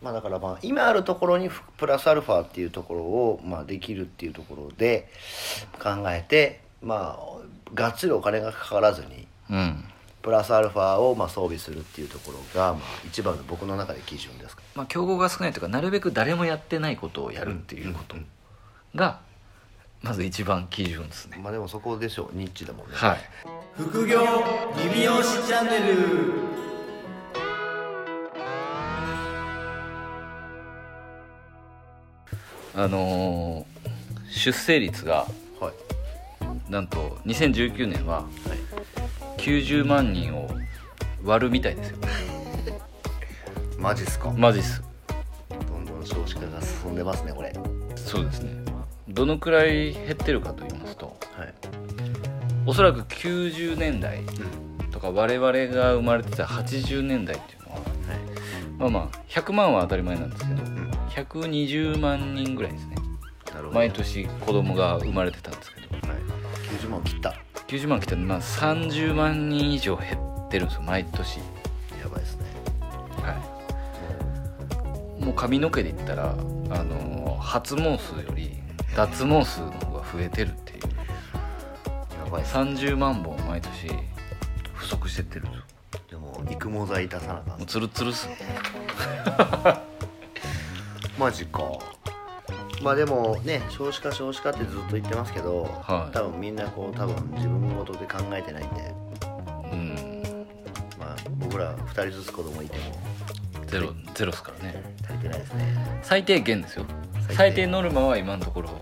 まあだからまあ今あるところにプラスアルファっていうところをまあできるっていうところで考えて、まあがっつりお金がかからずに、プラスアルファをまあ装備するっていうところがまあ一番の僕の中で基準ですか。 まあ競合が少ないというか、なるべく誰もやってないことをやるっていうことがまず一番基準ですね。 まあでもそこでしょう、ニッチだもんね。 はい。 副業リビオシチャンネル。 出生率が、 はい、 なんと2019年は90万人を割るみたいですよ。 マジっすか。 マジっす。 どんどん少子化が進んでますねこれ。 そうですね。どのくらい減ってるかと言いますと、 はい、 おそらく90年代とか我々が生まれてた80年代っていうのは、まあまあ100万は当たり前なんですけど、120万人ぐらいですね。 なるほど。 毎年子供が生まれてたんですけど、 90万切った。 90万切ったんで、まあ30万人以上減ってるんですよ毎年。 やばいですね。 はい。もう髪の毛で言ったら発毛数より脱毛数の方が増えてるっていう。 やばい。 30万本毎年不足してってるんですよ。 でも育毛剤出さなかった。 もうツルツルっすね。 マジか。まあでもね、少子化ってずっと言ってますけど、 はい、 多分みんなこう多分自分ごとで考えてないんで、まあ僕ら2人ずつ子供いてもゼロっすからね。 足りてないですね。 最低限ですよ。最低ノルマは今のところ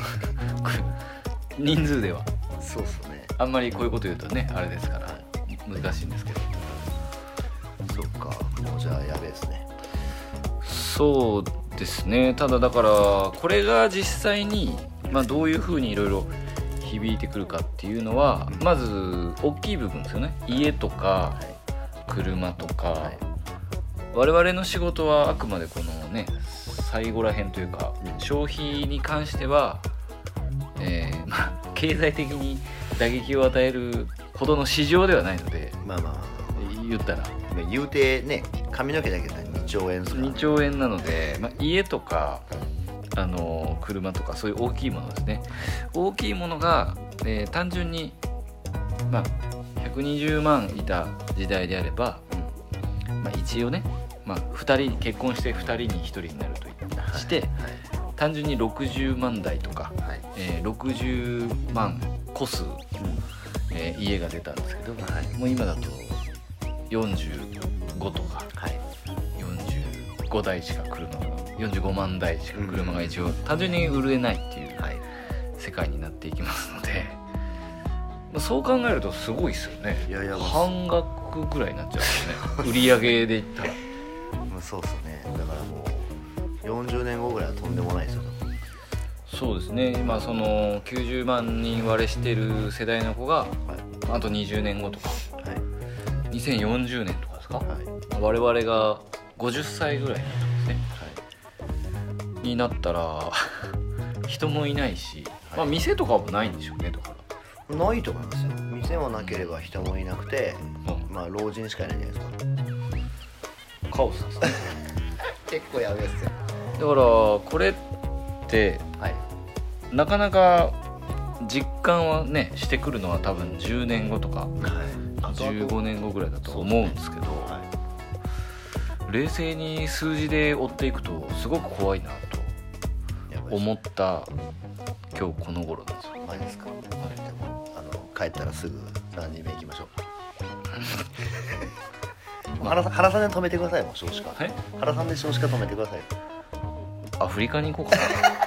人数ではそうっすね。 あんまりこういうこと言うとねあれですから難しいんですけど。 そっか。もうじゃあやべえですね。 そうですね。ただだからこれが実際に、まあ、どういうふうにいろいろ響いてくるかっていうのは、まず大きい部分ですよね。家とか車とか、我々の仕事はあくまでこのね最後らへんというか、消費に関しては、まあ、経済的に打撃を与えるほどの市場ではないので、 まあまあ言ったら言うてね、髪の毛だけで2兆円ですから、 2兆円なので、まあ、家とか車とかそういう大きいものですね。大きいものが、単純に、まあ、120万いた時代であれば、まあ、一応ね、まあ、2人結婚して2人に1人になるとして、単純に60万台とか、60万個数、家が出たんですけど、もう今だと45とか、45台しか車が45万台しか車が一応単純に売れないっていう世界になっていきますので、そう考えるとすごいですよね。半額ぐらいになっちゃうんですね。売り上げで言ったら。 そうっすね。だからもう40年後ぐらいはとんでもないですよ。 そうですね。今その90万人割れしてる世代の子が、あと20年後とか、2040年とかですか、我々が50歳ぐらいになってますね、になったら人もいないし、まあ店とかもないんでしょうね。だからないと思いますよ。店もなければ人もいなくて、まあ老人しかいないんじゃないですか。 カオスですね。 結構やべえっすよ。 だからこれって、なかなか実感はねしてくるのは多分10年後とか、15年後ぐらいだと思うんですけど、冷静に数字で追っていくとすごく怖いなと思った今日この頃なんですよ。 マジですか。でも帰ったらすぐ3人目行きましょう。原さんで止めてください。もう少子化。原さんで少子化止めてください。 アフリカに行こうかな。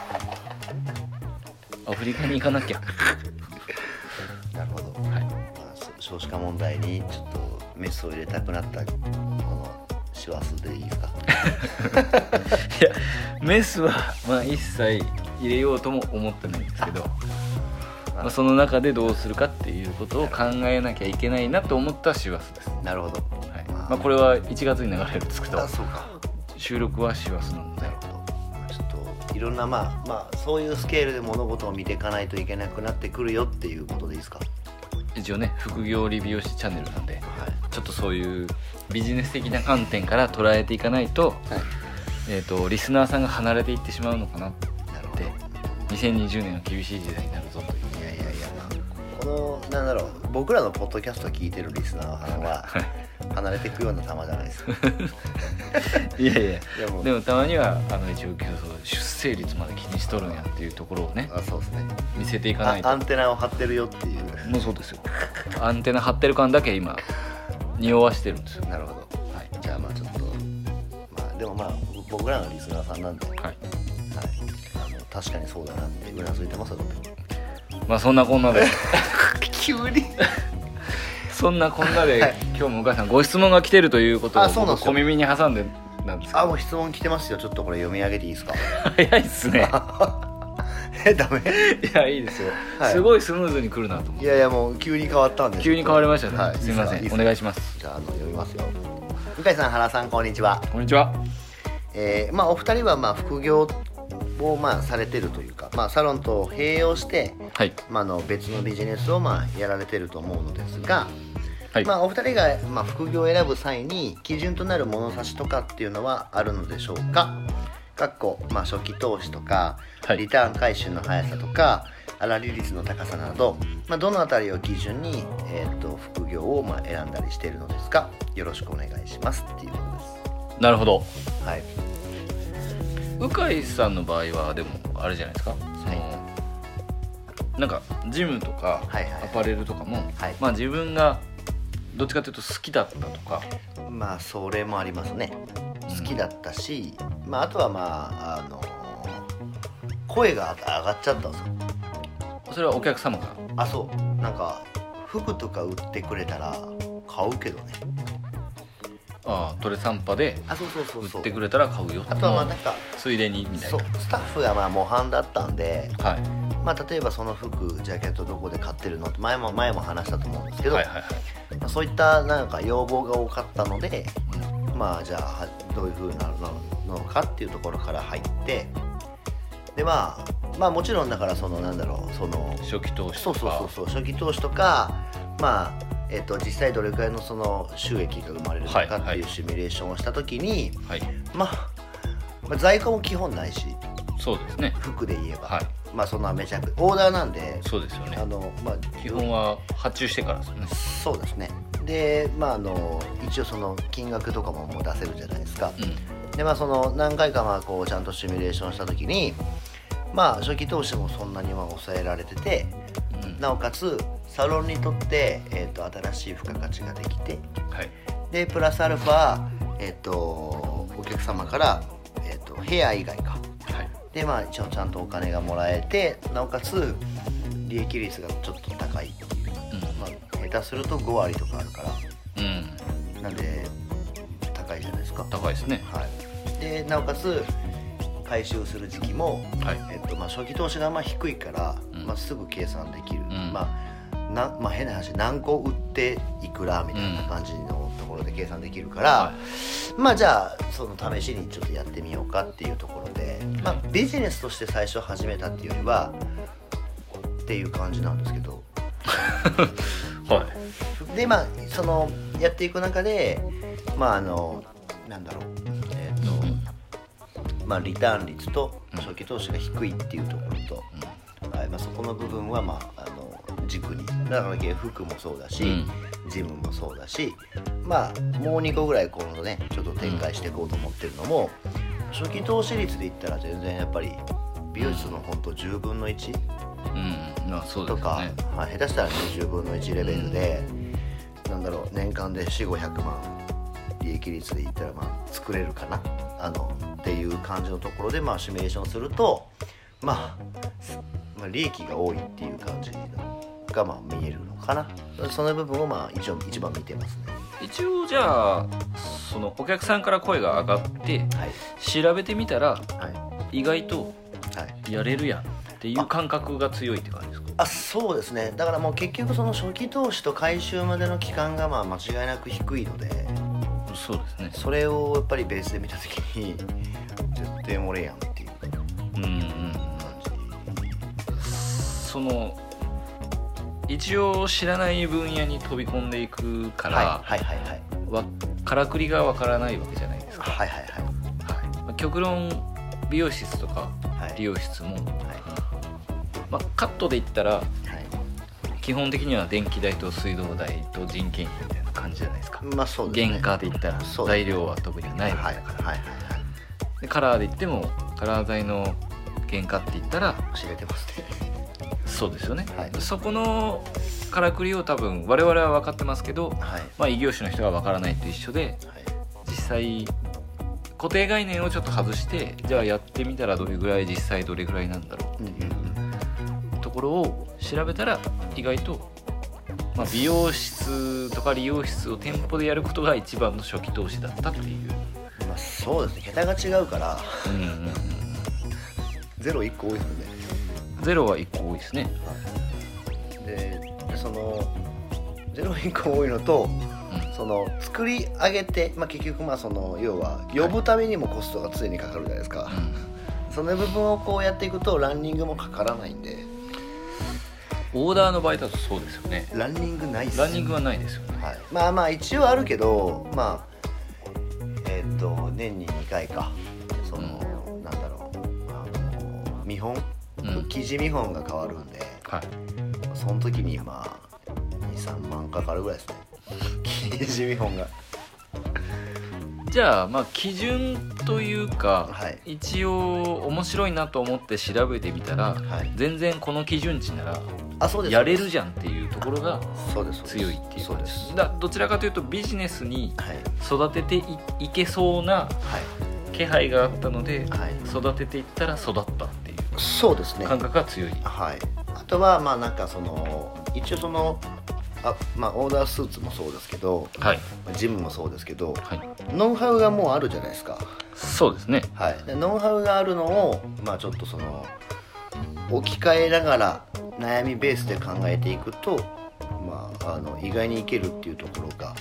アフリカに行かなきゃ。 なるほど。少子化問題にちょっとメスを入れたくなったこの師走でいいですか。 いやメスはまあ一切入れようとも思ってないんですけど、まあ、その中でどうするかっていうことを考えなきゃいけないなと思った師走です。 なるほど。 まあ、これは1月に流れるんですけど、 そうか、 収録は師走なので、 ちょっといろんなまあそういうスケールで物事を見ていかないといけなくなってくるよっていうことでいいですか。 一応ね副業理美容師チャンネルなんで、ちょっとそういうビジネス的な観点から捉えていかないと、 リスナーさんが離れていってしまうのかなって2020年は厳しい時代になるぞという。 いや、このなんだろう、僕らのポッドキャストを聞いてるリスナーは離れていくような玉じゃないですかいやでもたまには一応出生率まで気にしとるんやっていうところをね、 そうですね、 見せていかないと。 アンテナを張ってるよっていう。 もうそうですよアンテナ張ってる感だけ今匂わしてるんですよ。 なるほど、はい、じゃあちょっとでも僕らのリスナーさんなんで、はい確かにそうだなってうなずいてますよ。 そんなこんなで急にそんなこんなで、今日も向井さんご質問が来てるということを僕小耳に挟んでなんですけど。 もう質問来てますよ。ちょっとこれ読み上げていいですか？ 早いっすねダメ？ いや、いいですよ、すごいスムーズに来るなと思って。 いやもう急に変わったんで。 急に変わりましたね、すみません、お願いします。 じゃあ読みますよ。向井さん、原さん、こんにちは。 こんにちは。 お二人は副業をされてるというか、サロンと併用して、別のビジネスをやられてると思うのですが、お二人が副業を選ぶ際に基準となる物差しとかっていうのはあるのでしょうか？初期投資とか、リターン回収の速さとか、粗利率の高さなど、どのあたりを基準に、副業を選んだりしているのですか？よろしくお願いしますっていうことです。 なるほど。 はい。 鵜飼さんの場合はでもあれじゃないですか、なんかジムとかアパレルとかも、自分がどっちかというと好きだったとか、 それもありますね。好きだったし、あとは声が上がっちゃったんですよ。 それはお客様から？そうなんか服とか売ってくれたら買うけどね。 トレサンパで売ってくれたら買うよ。 あとはついでにみたいな。 スタッフが模範だったんで、例えばその服ジャケットどこで買ってるのって前も話したと思うんですけど、そういった要望が多かったので、じゃあどういう風なのかっていうところから入って、でもちろんだから初期投資とか、 初期投資とか実際どれくらいのその収益が生まれるのかっていうシミュレーションをしたときに、在庫も基本ないし、 そうですね、 服で言えば、そんなめちゃくちゃオーダーなんで、 そうですよね、基本は発注してからですよね。 そうですね。で一応その金額とかももう出せるじゃないですか、でその何回かちゃんとシミュレーションした時に初期投資もそんなに抑えられてて、なおかつサロンにとって、新しい付加価値ができて、でプラスアルファ、お客様から、部屋以外か、で一応ちゃんとお金がもらえて、なおかつ利益率がちょっと高いっていう、下手すると5割とかあるから、なんで高いじゃないですか。 高いですね。 でなおかつ回収する時期も、初期投資が低いから、すぐ計算できる、変な話、何個売っていくらみたいな感じのところで計算できるから、じゃあその試しにちょっとやってみようかっていうところで、ビジネスとして最初始めたっていうよりはっていう感じなんですけどでそのやっていく中でなんだろう、リターン率と初期投資が低いっていうところと、そこの部分は軸に、だから服もそうだし、ジムもそうだし、もう2個ぐらい今度ねちょっと展開していこうと思ってるのも、初期投資率で言ったら全然やっぱり美容室の本当10分の1、とか、下手したら20分の1レベルで、年間で400-500万利益率で言ったら作れるかなっていう感じのところでシミュレーションすると利益が多いっていう感じが見えるのかな。その部分を一番見てますね。 一応じゃあそのお客さんから声が上がって、調べてみたら、意外とやれるやんっていう感覚が強いって感じですか？ そうですね。だからもう結局その初期投資と回収までの期間が間違いなく低いので、 そうですね。 それをやっぱりベースで見た時に絶対漏れやんっていう感じ。 その一応知らない分野に飛び込んでいくから、からくりがわからないわけじゃないですか。 極論美容室とか理容室も、カットで言ったら、基本的には電気代と水道代と人件費みたいな感じじゃないですか。 そうですね。 原価で言ったら材料は特にないわけだから、でカラーで言ってもカラー剤の原価って言ったら知れてますね。 そうですよね、そこのからくりを多分我々は分かってますけど、異業種の人が分からないと一緒で、実際固定概念をちょっと外してじゃあやってみたらどれぐらい実際どれぐらいなんだろうっていうところを調べたら意外と、美容室とか理容室を店舗でやることが一番の初期投資だったっていう。 そうですね。桁が違うから、ゼロ1個多いですよね。 ゼロは1個多いですね。 でそのゼロ1個多いのと、その作り上げて、結局その要は呼ぶためにもコストが常にかかるじゃないですか、その部分をこうやっていくとランニングもかからないんで。 オーダーの場合だとそうですよね。 ランニングないですよね。ランニングはないですよね。 一応あるけど、年に2回か、その、なんだろう、見本、生地見本が変わるんで、その時に2、3万かかるぐらいですね。生地見本が。 じゃあ基準というか、一応面白いなと思って調べてみたら、全然この基準値ならやれるじゃんっていうところが強いっていうことです。どちらかというとビジネスに育てて いけそうな気配があったので、育てていったら育ったっていう感覚が強い。 あとはなんかその一応そのオーダースーツもそうですけど、ジムもそうですけど、ノウハウがもうあるじゃないですか。 そうですね。 でノウハウがあるのをちょっとその置き換えながら悩みベースで考えていくと、意外にいけるっていうところが、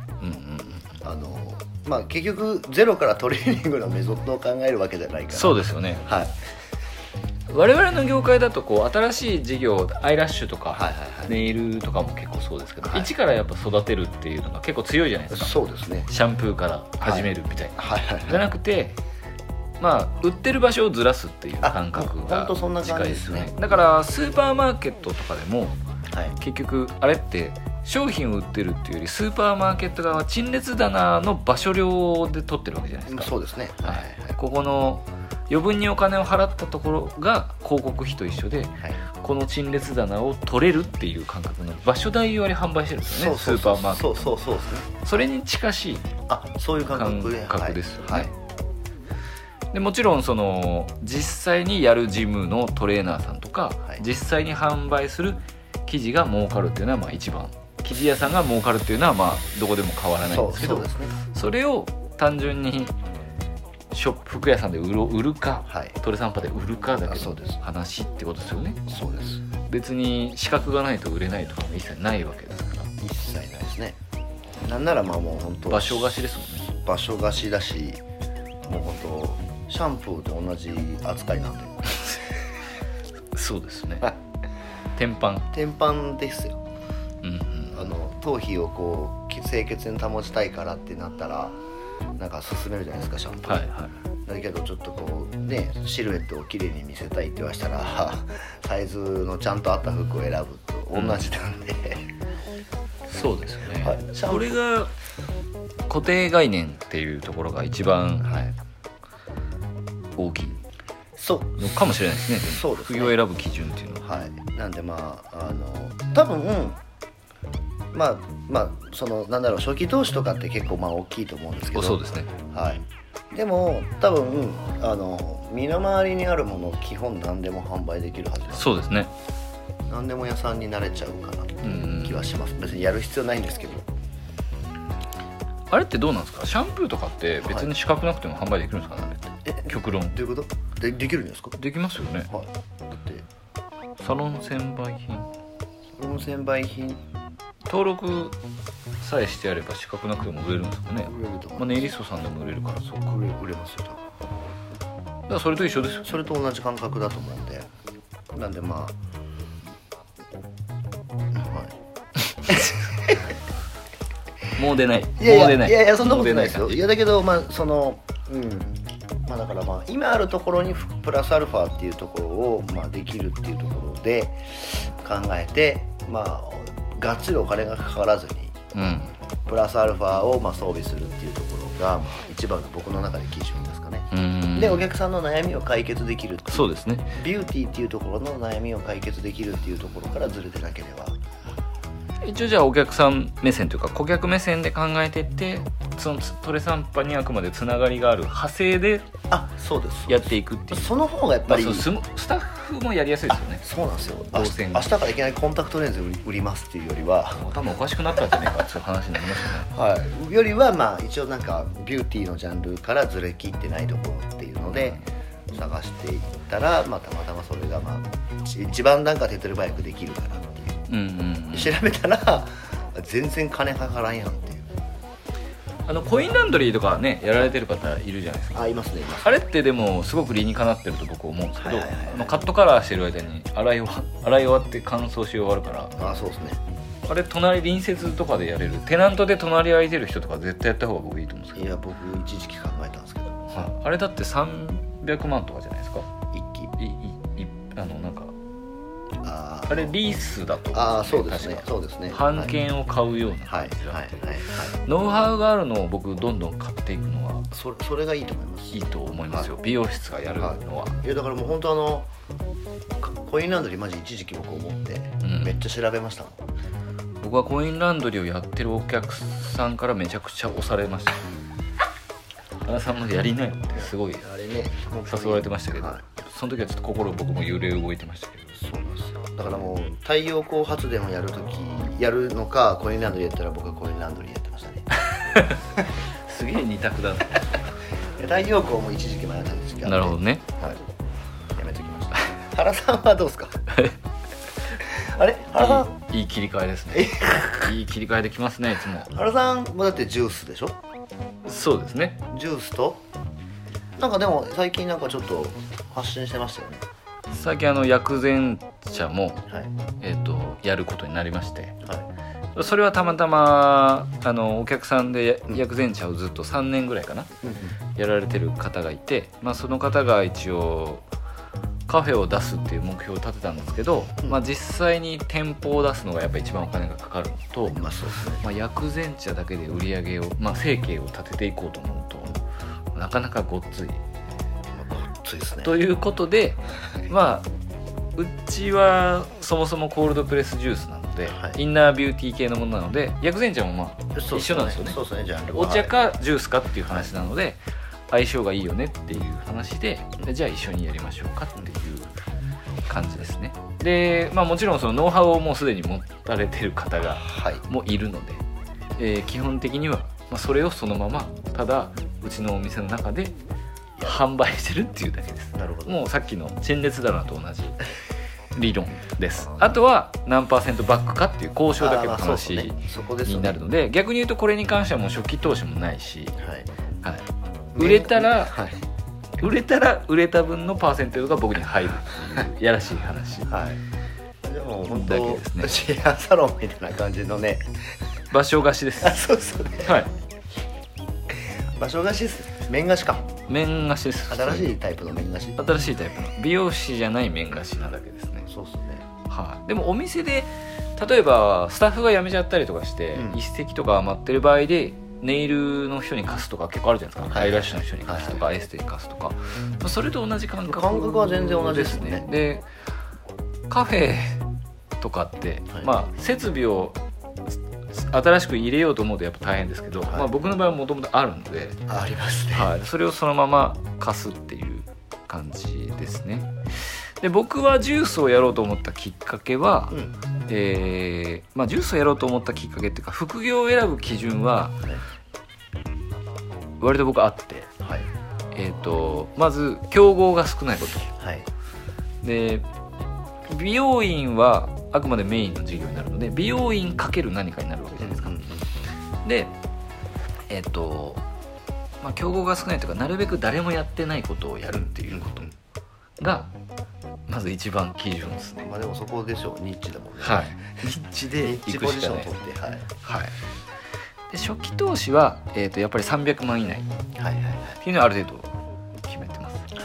結局ゼロからトレーニングのメソッドを考えるわけじゃないから。 そうですよね。我々の業界だと新しい事業、アイラッシュとか、ネイルとかも結構そうですけど、一からやっぱ育てるっていうのが結構強いじゃないですか。 そうですね。 シャンプーから始めるみたいな、じゃなくて売ってる場所をずらすっていう感覚が近いですね。だからスーパーマーケットとかでも、結局あれって商品を売ってるっていうよりスーパーマーケット側は陳列棚の場所料で取ってるわけじゃないですか。 そうですね。 ここの余分にお金を払ったところが広告費と一緒で、この陳列棚を取れるっていう感覚の場所代割り販売してるんですよね。スーパーマーケット。 そうですね。 それに近しいそういう感覚ですよね。でもちろんその実際にやるジムのトレーナーさんとか、実際に販売する生地が儲かるっていうのは一番、生地屋さんが儲かるっていうのはどこでも変わらないんですけど、それを単純に服屋さんで売るか、トレサンパで売るかだけの話ってことですよね。 そうです。 別に資格がないと売れないとかも一切ないわけですから。 一切ないですね。なんならもう本当場所貸しですもんね。 場所貸しだし、もう本当シャンプーと同じ扱いなんで。 そうですね。天板ですよ。頭皮をこう清潔に保ちたいからってなったらなんか勧めるじゃないですか、シャンプー。だけどちょっとこうね、シルエットをきれいに見せたいって言わしたらサイズのちゃんと合った服を選ぶと同じなんで、 そうですよね。これが固定概念っていうところが一番大きいのかもしれないですね。 そうですね。 服を選ぶ基準っていうのは。 なんで多分そのなんだろう、初期投資とかって結構大きいと思うんですけど。 そうですね。 でも多分身の回りにあるもの基本何でも販売できるはずです。 そうですね。 何でも屋さんになれちゃうかなっていう気はします。別にやる必要ないんですけど。 あれってどうなんですか？シャンプーとかって別に資格なくても販売できるんですかね？あれって極論。 どういうこと？できるんですか？ できますよね。 だってサロン専売品。 サロン専売品登録さえしてやれば資格なくても売れるんですかね。 売れると思う。 ネイリストさんでも売れるから。 そう売れますよ。 だからそれと一緒ですよ。 それと同じ感覚だと思うんで、なんでもう出ない。 いやそんなことないですよ。いやだけどそのだから今あるところにプラスアルファっていうところをできるっていうところで考えてがっつりお金がかからずに、プラスアルファを装備するっていうところが一番の僕の中で基準ですかね。でお客さんの悩みを解決できるっていう、 そうですね、 ビューティーっていうところの悩みを解決できるっていうところからずれてなければ、 一応じゃあお客さん目線というか顧客目線で考えていって、そのトレサンパにあくまでつながりがある派生でそうですやっていくっていう、 その方がやっぱり、 スタッフもやりやすいですよね。 そうなんですよ。 動線明日からいきなりコンタクトレンズ売りますっていうよりは、 頭おかしくなったんじゃないかっていう話になりますよね。 よりは一応ビューティーのジャンルからずれ切ってないところっていうので探していったら、たまたまそれが一番手っ取り早くできるかなっていう、調べたら全然金かからんやんっていう。 コインランドリーとかねやられてる方いるじゃないですか。 いますね。 あれってでもすごく理にかなってると僕思うんですけど、カットカラーしてる間に洗い終わって乾燥し終わるから。 そうですね。 あれ隣接とかでやれる、テナントで隣空いてる人とか絶対やった方が僕いいと思うんですけど。 いや僕一時期考えたんですけど、 あれだって300万とかじゃないですか、 一気あれリースだと、 そうですね。そうですね。 版権を買うような感じで、ノウハウがあるのを僕どんどん買っていくのはそれがいいと思います。 いいと思いますよ、美容室がやるのは。 いやだからもう本当コインランドリーマジ一時期僕思って、めっちゃ調べましたもん。 僕はコインランドリーをやってるお客さんからめちゃくちゃ押されました。原さんまでやりなよってすごい誘われてましたけど、その時はちょっと心僕も揺れ動いてましたけど。 そうなんですよ。だからもう太陽光発電をやるのかコインランドリーやったら僕はコインランドリーやってましたね。 すげえ二択だな。 太陽光も一時期迷ったんですけど、 なるほどね。 やめときました。原さんはどうですか？あれ原さんいい切り替えですね。いい切り替えできますねいつも。 原さんもだってジュースでしょ？ そうですね。 ジュースとでも最近ちょっと発信してましたよね。 最近薬膳茶も、やることになりまして、それはたまたまお客さんで薬膳茶をずっと3年ぐらいかな、やられてる方がいて、その方が一応カフェを出すっていう目標を立てたんですけど、実際に店舗を出すのがやっぱり一番お金がかかるのと、薬膳茶だけで売り上げを、生計を立てていこうと思うとなかなかごっついですね。 ということでうちはそもそもコールドプレスジュースなので、インナービューティー系のものなので、薬膳茶も一緒なんですよね。お茶かジュースかっていう話なので、相性がいいよねっていう話で、じゃあ一緒にやりましょうかっていう感じですね。で、もちろんそのノウハウをもうすでに持たれてる方がもいるので、基本的にはそれをそのままただうちのお店の中で販売してるっていうだけです。 なるほど。 もうさっきの陳列棚と同じ理論です。あとは何%バックかっていう交渉だけの話になるので、逆に言うとこれに関してはもう初期投資もないし、売れたら売れた分のパーセンテージが僕に入るっていうやらしい話。 でも本当だけですね。シェアサロンみたいな感じのね、 場所貸しです。 そうですね。場所貸しです。面貸しか。 面貸しです。 新しいタイプの面貸し。 新しいタイプの美容師じゃない面貸しなだけですね。 そうですね。 でもお店で例えばスタッフが辞めちゃったりとかして、一席とか余ってる場合でネイルの人に貸すとか結構あるじゃないですか。アイラッシュの人に貸すとか、エステに貸すとか、それと同じ感覚は全然同じですね。 でカフェとかって、設備を新しく入れようと思うとやっぱ大変ですけど、僕の場合はもともとあるので、 ありますね。 それをそのまま貸すっていう感じですね。で僕はジュースをやろうと思ったきっかけは、ジュースをやろうと思ったきっかけっていうか、副業を選ぶ基準は割と僕あって、まず競合が少ないこと、で美容院はあくまでメインの事業になるので、美容院かける何かになるわけじゃないですか。で競合が少ないというか、なるべく誰もやってないことをやるっていうことがまず一番基準ですね。 でもそこでしょう、ニッチだもんね。 ニッチで行くしかない。 で初期投資は、やっぱり300万以内っていうのはある程度決めて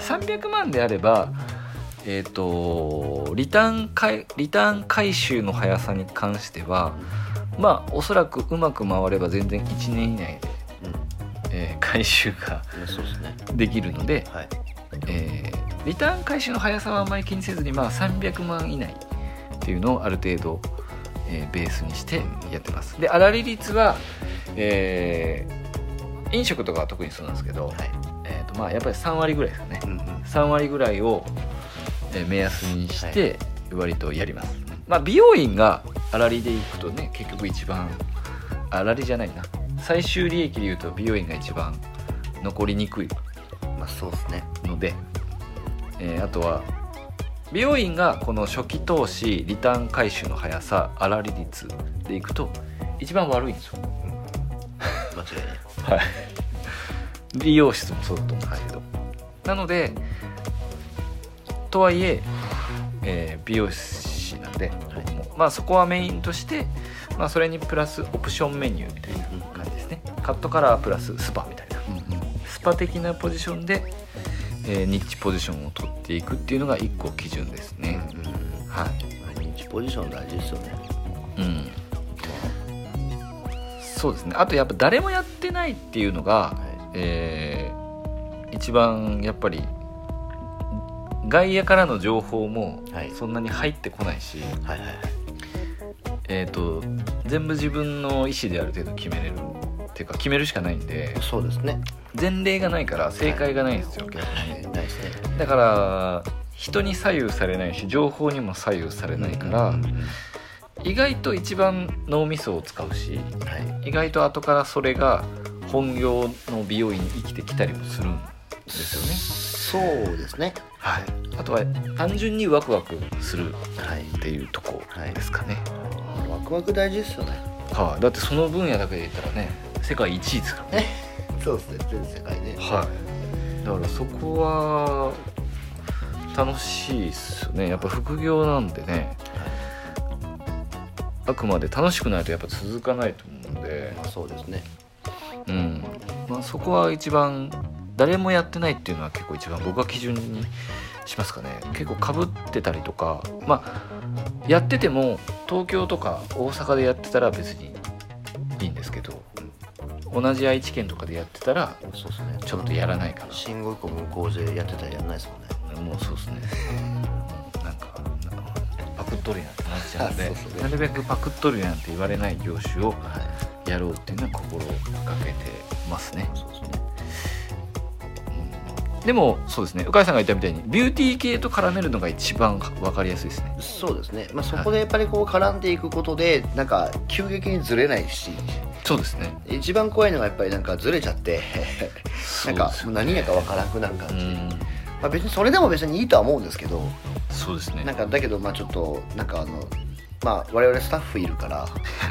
300万であればリターン回収の速さに関してはまあおそらくうまく回れば全然1年以内で、回収ができるので、はい、リターン回収の速さはあんまり気にせずに、まあ、300万以内っていうのをある程度、ベースにしてやってます。で粗利率は、飲食とかは特にそうなんですけど、はい、まあやっぱり3割ぐらいですよね、3割ぐらいを目安にして割とやります、まあ、美容院が粗利でいくとね結局一番粗利じゃないな最終利益でいうと美容院が一番残りにくいまあそうですねので、あとは美容院がこの初期投資リターン回収の速さ粗利率でいくと一番悪いんですよ、間違いないはい美容室もそうだと思うんですけど、なのでとはいえ美容師なんで僕も、まあ、そこはメインとして、まあ、それにプラスオプションメニューみたいな感じですね、カットカラープラススパみたいな、スパ的なポジションで、ニッチポジションを取っていくっていうのが一個基準ですね、 はい、ニッチポジション大事ですよね。 そうですね。あとやっぱ誰もやってないっていうのが、一番やっぱり外野からの情報もそんなに入ってこないし、全部自分の意思である程度決めれるっていうか決めるしかないんで、 そうですね、 前例がないから正解がないんですよ、逆に、ないですね。だから人に左右されないし情報にも左右されないから、意外と一番脳みそを使うし、意外と後からそれが本業の美容院に生きてきたりもするんですよね。そうですね、 はい、あとは単純にワクワクするっていうとこですかね、 ワクワク大事ですよね。 はい、だってその分野だけで言ったらね世界1位ですからね。 そうですね、全世界ね。 はい、だからそこは楽しいですよね。やっぱ副業なんでね、あくまで楽しくないとやっぱ続かないと思うんで、 そうですね、 まあ、そこは一番誰もやってないっていうのは結構一番僕は基準にしますかね。結構かぶってたりとか、まあやってても東京とか大阪でやってたら別にいいんですけど、同じ愛知県とかでやってたらちょっとやらないかな。 新語以降向こうでやってたらやらないですもんね。 もうそうですね、なんかパクっとるやんってなっちゃうのでなるべくパクっとるやんって言われない業種をやろうっていうのは心がけてますね。そうですね。でもそうですね、鵜飼さんが言ったみたいにビューティー系と絡めるのが一番分かりやすいですね。 そうですね、まあ、そこでやっぱりこう絡んでいくことでなんか急激にずれないし、 そうですね、 一番怖いのがやっぱりなんかずれちゃってなんか何やか分からなくなる感じ、まあ、別にそれでも別にいいとは思うんですけど、 そうですね、 なんかだけどまあちょっとなんかまあ我々スタッフいるから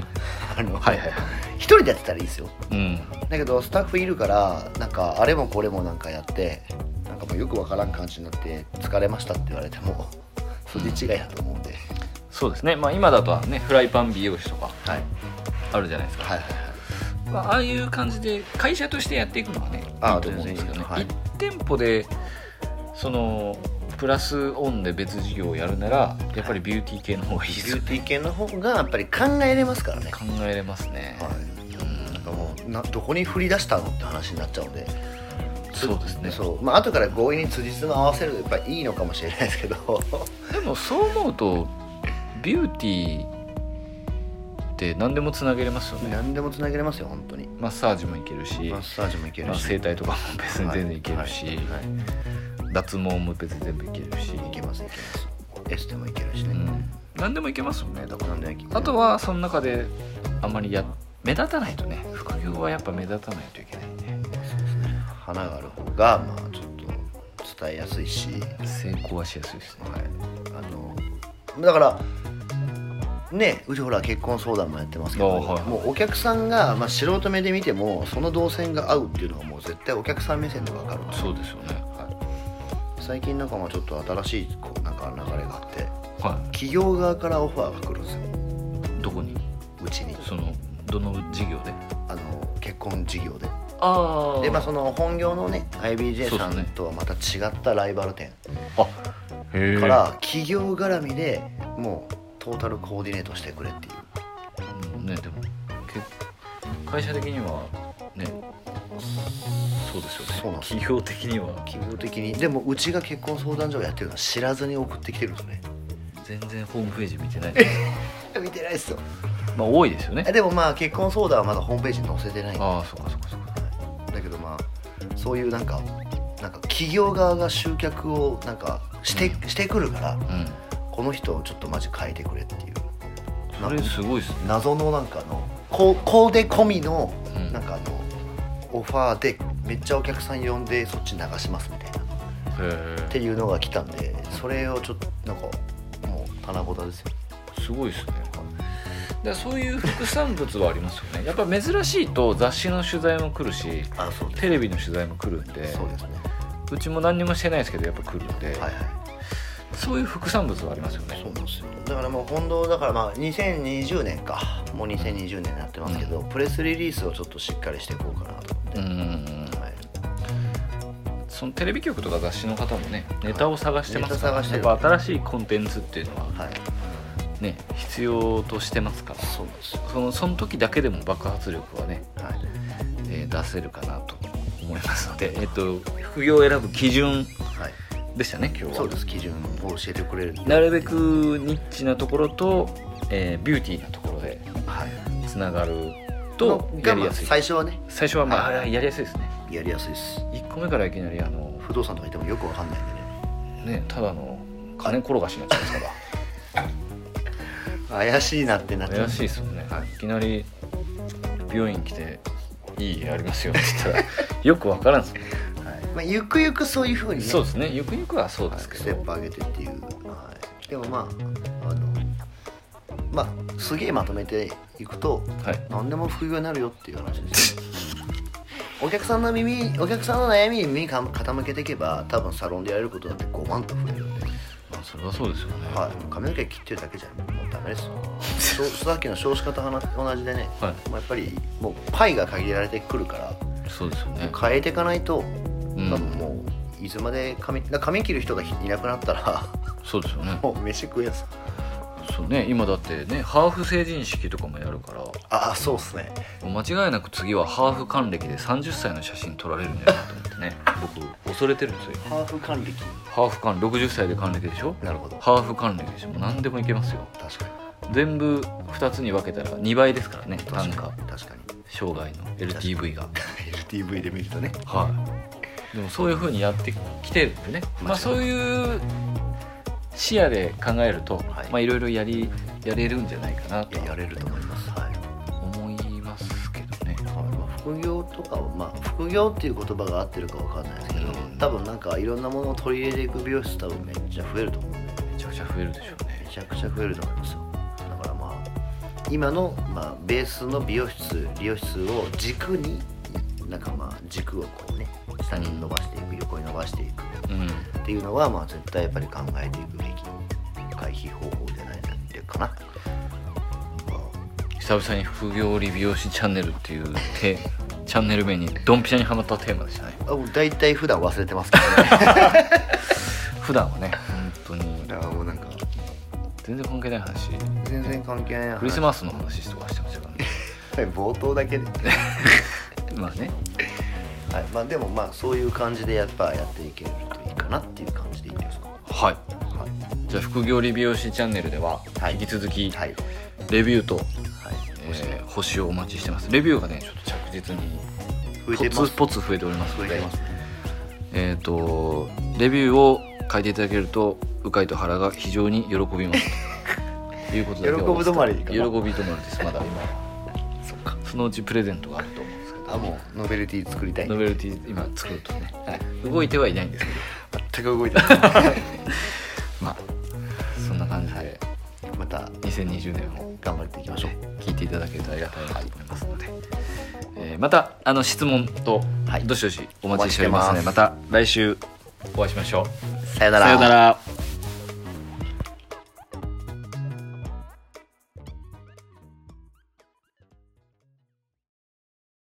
一人でやってたらいいですよ、だけどスタッフいるからなんかあれもこれもなんかやってなんかもうよくわからん感じになって疲れましたって言われてもそれで違いだと思うんで、 そうですね、まあ今だとはねフライパン美容師とかあるじゃないですか、まあ、ああいう感じで会社としてやっていくのはねいいと思うんですけどね、1店舗でそのプラスオンで別事業をやるならやっぱりビューティー系の方がいいですよね。 ビューティー系の方がやっぱり考えれますからね。 考えれますね、 なんかもうどこに振り出したのって話になっちゃうので、 そうですね、 まあ後から強引に辻褄合わせるとやっぱりいいのかもしれないですけどでもそう思うとビューティーって何でもつなげれますよね。 何でもつなげれますよ本当に。 マッサージもいけるし、整体とかも別に全然いけるし、脱毛も別に全部いけるし、 いけますエステもいけるしね、 何でもいけますよね。だからあとはその中であんまり目立たないとね、副業はやっぱ目立たないといけないんで、 花がある方がまあちょっと伝えやすいし成功はしやすいですね、 だからね、うちほら結婚相談もやってますけど、もうお客さんが、まあ、素人目で見てもその動線が合うっていうのがもう絶対お客さん目線で分かる。 そうですよね、 最近なんかもちょっと新しいなんか流れがあって、企業側からオファーが来るんですよ。 どこに？ うちに。 どの事業で？ 結婚事業で。 でまあその本業のね IBJ さんとはまた違ったライバル店から企業絡みでもうトータルコーディネートしてくれっていう、 ね、でも会社的にはねそうですよね。そうなんです。企業的にでもうちが結婚相談所をやってるのは知らずに送ってきてるんですよね。 全然ホームページ見てない見てないですよ。 まあ多いですよね。 でもまあ結婚相談はまだホームページに載せてないんで。 ああそうか、 だけどまあそういうなんか企業側が集客をなんかしてくるから、この人をちょっとマジ変えてくれっていう。 それすごいですね。 謎のなんかコーデ込みのなんかオファーでめっちゃお客さん呼んでそっち流しますみたいなっていうのが来たんで、それをちょっとなんかもう棚ぼたですよ。 すごいですね。だそういう副産物はありますよね。やっぱ珍しいと雑誌の取材も来るし、テレビの取材も来るんで、 そうですね。 うちも何にもしてないですけどやっぱ来るんで、そういう副産物はありますよね。 そうなんですよ。だからもう本当だからまあ2020年か、もう2020年になってますけど、プレスリリースをちょっとしっかりしていこうかなと思って。 そのテレビ局とか雑誌の方もねネタを探してますから、やっぱ新しいコンテンツっていうのは、ね、必要としてますから、そうです。その時だけでも爆発力はね、出せるかなと思いますので、副業を選ぶ基準でしたね、今日は。 そうです。基準を教えてくれる。 なるべくニッチなところと、ビューティーなところでつながるとやりやすい。 最初はね。 最初はまあやりやすいですね。 やりやすいです。 1個目からいきなり不動産とかいてもよくわかんないんでね。 ただの金転がしになっちゃいますから。 怪しいなってなっちゃう。 怪しいですよね。いきなり美容院来ていい家ありますよって言ったらよくわからんですよね。 まあ、ゆくゆくそういう風にね。 そうですね。ゆくゆくはそうですけど、 ステップ上げてっていう。でもまあすげえまとめていくと、何でも副業になるよっていう話ですよ。お客さんの悩みに耳傾けていけば、多分サロンでやれることだって5万と増えるんで。 それはそうですよね。 髪の毛切ってるだけじゃもうダメですよ。さっきの少子化と同じでね、やっぱりもうパイが限られてくるから、 そうですよね。 変えていかないと、多分もういつまで髪切る人がいなくなったら、 そうですよね。 もう飯食えやす。 そうね、今だってねハーフ成人式とかもやるから、 そうっすね。 間違いなく次はハーフ還暦で30歳の写真撮られるんじゃないかと思ってね僕恐れてるんですよ。 ハーフ還暦、 60歳で還暦でしょ。 なるほど。 ハーフ還暦でしょ。もう何でもいけますよ。 確かに全部2つに分けたら2倍ですからね。単価、 確かに生涯の LTV が LTV で見るとね。 でもそういう風にやってきてるんでね、そういう視野で考えると、いろいろやれるんじゃないかなと。 やれると思います。 思いますけどね。 副業とかは副業っていう言葉が合ってるかわかんないですけど、多分なんかいろんなものを取り入れていく美容室多分めっちゃ増えると思うんで。 めちゃくちゃ増えるでしょうね。 めちゃくちゃ増えると思いますよ。だから今のベースの理容室を軸に軸をこうね下に伸ばしていく、横に伸ばしていくっていうのは絶対やっぱり考えていくべき回避方法じゃないかな。 久々に副業理美容師チャンネルっていうチャンネル名にドンピシャにはまったテーマでしたね。 だいたい普段忘れてますけどね。 普段はね本当にもうなんか全然関係ない話、 全然関係ない話、 クリスマスの話とかしてましたからね。 冒頭だけででもそういう感じでやっていけるといいかなっていう感じでいいですか。 じゃあ副業理美容師チャンネルでは引き続きレビューと星をお待ちしてます。レビューがねちょっと着実にポツ増えておりますので、レビューを書いていただけると鵜飼と原が非常に喜びますということで、 喜び止まりですまだ今。そのうちプレゼントがあると思うんですけど、 もうノベルティ作りたい。 ノベルティ今作るとね、動いてはいないんですけど、 全く動いてないそんな感じでまた 2020年を頑張っていきましょう。 聞いていただけるとありがたいなと思いますので、また質問とどしどしお待ちしておりますので、また来週お会いしましょう。 さよなら。 さよなら。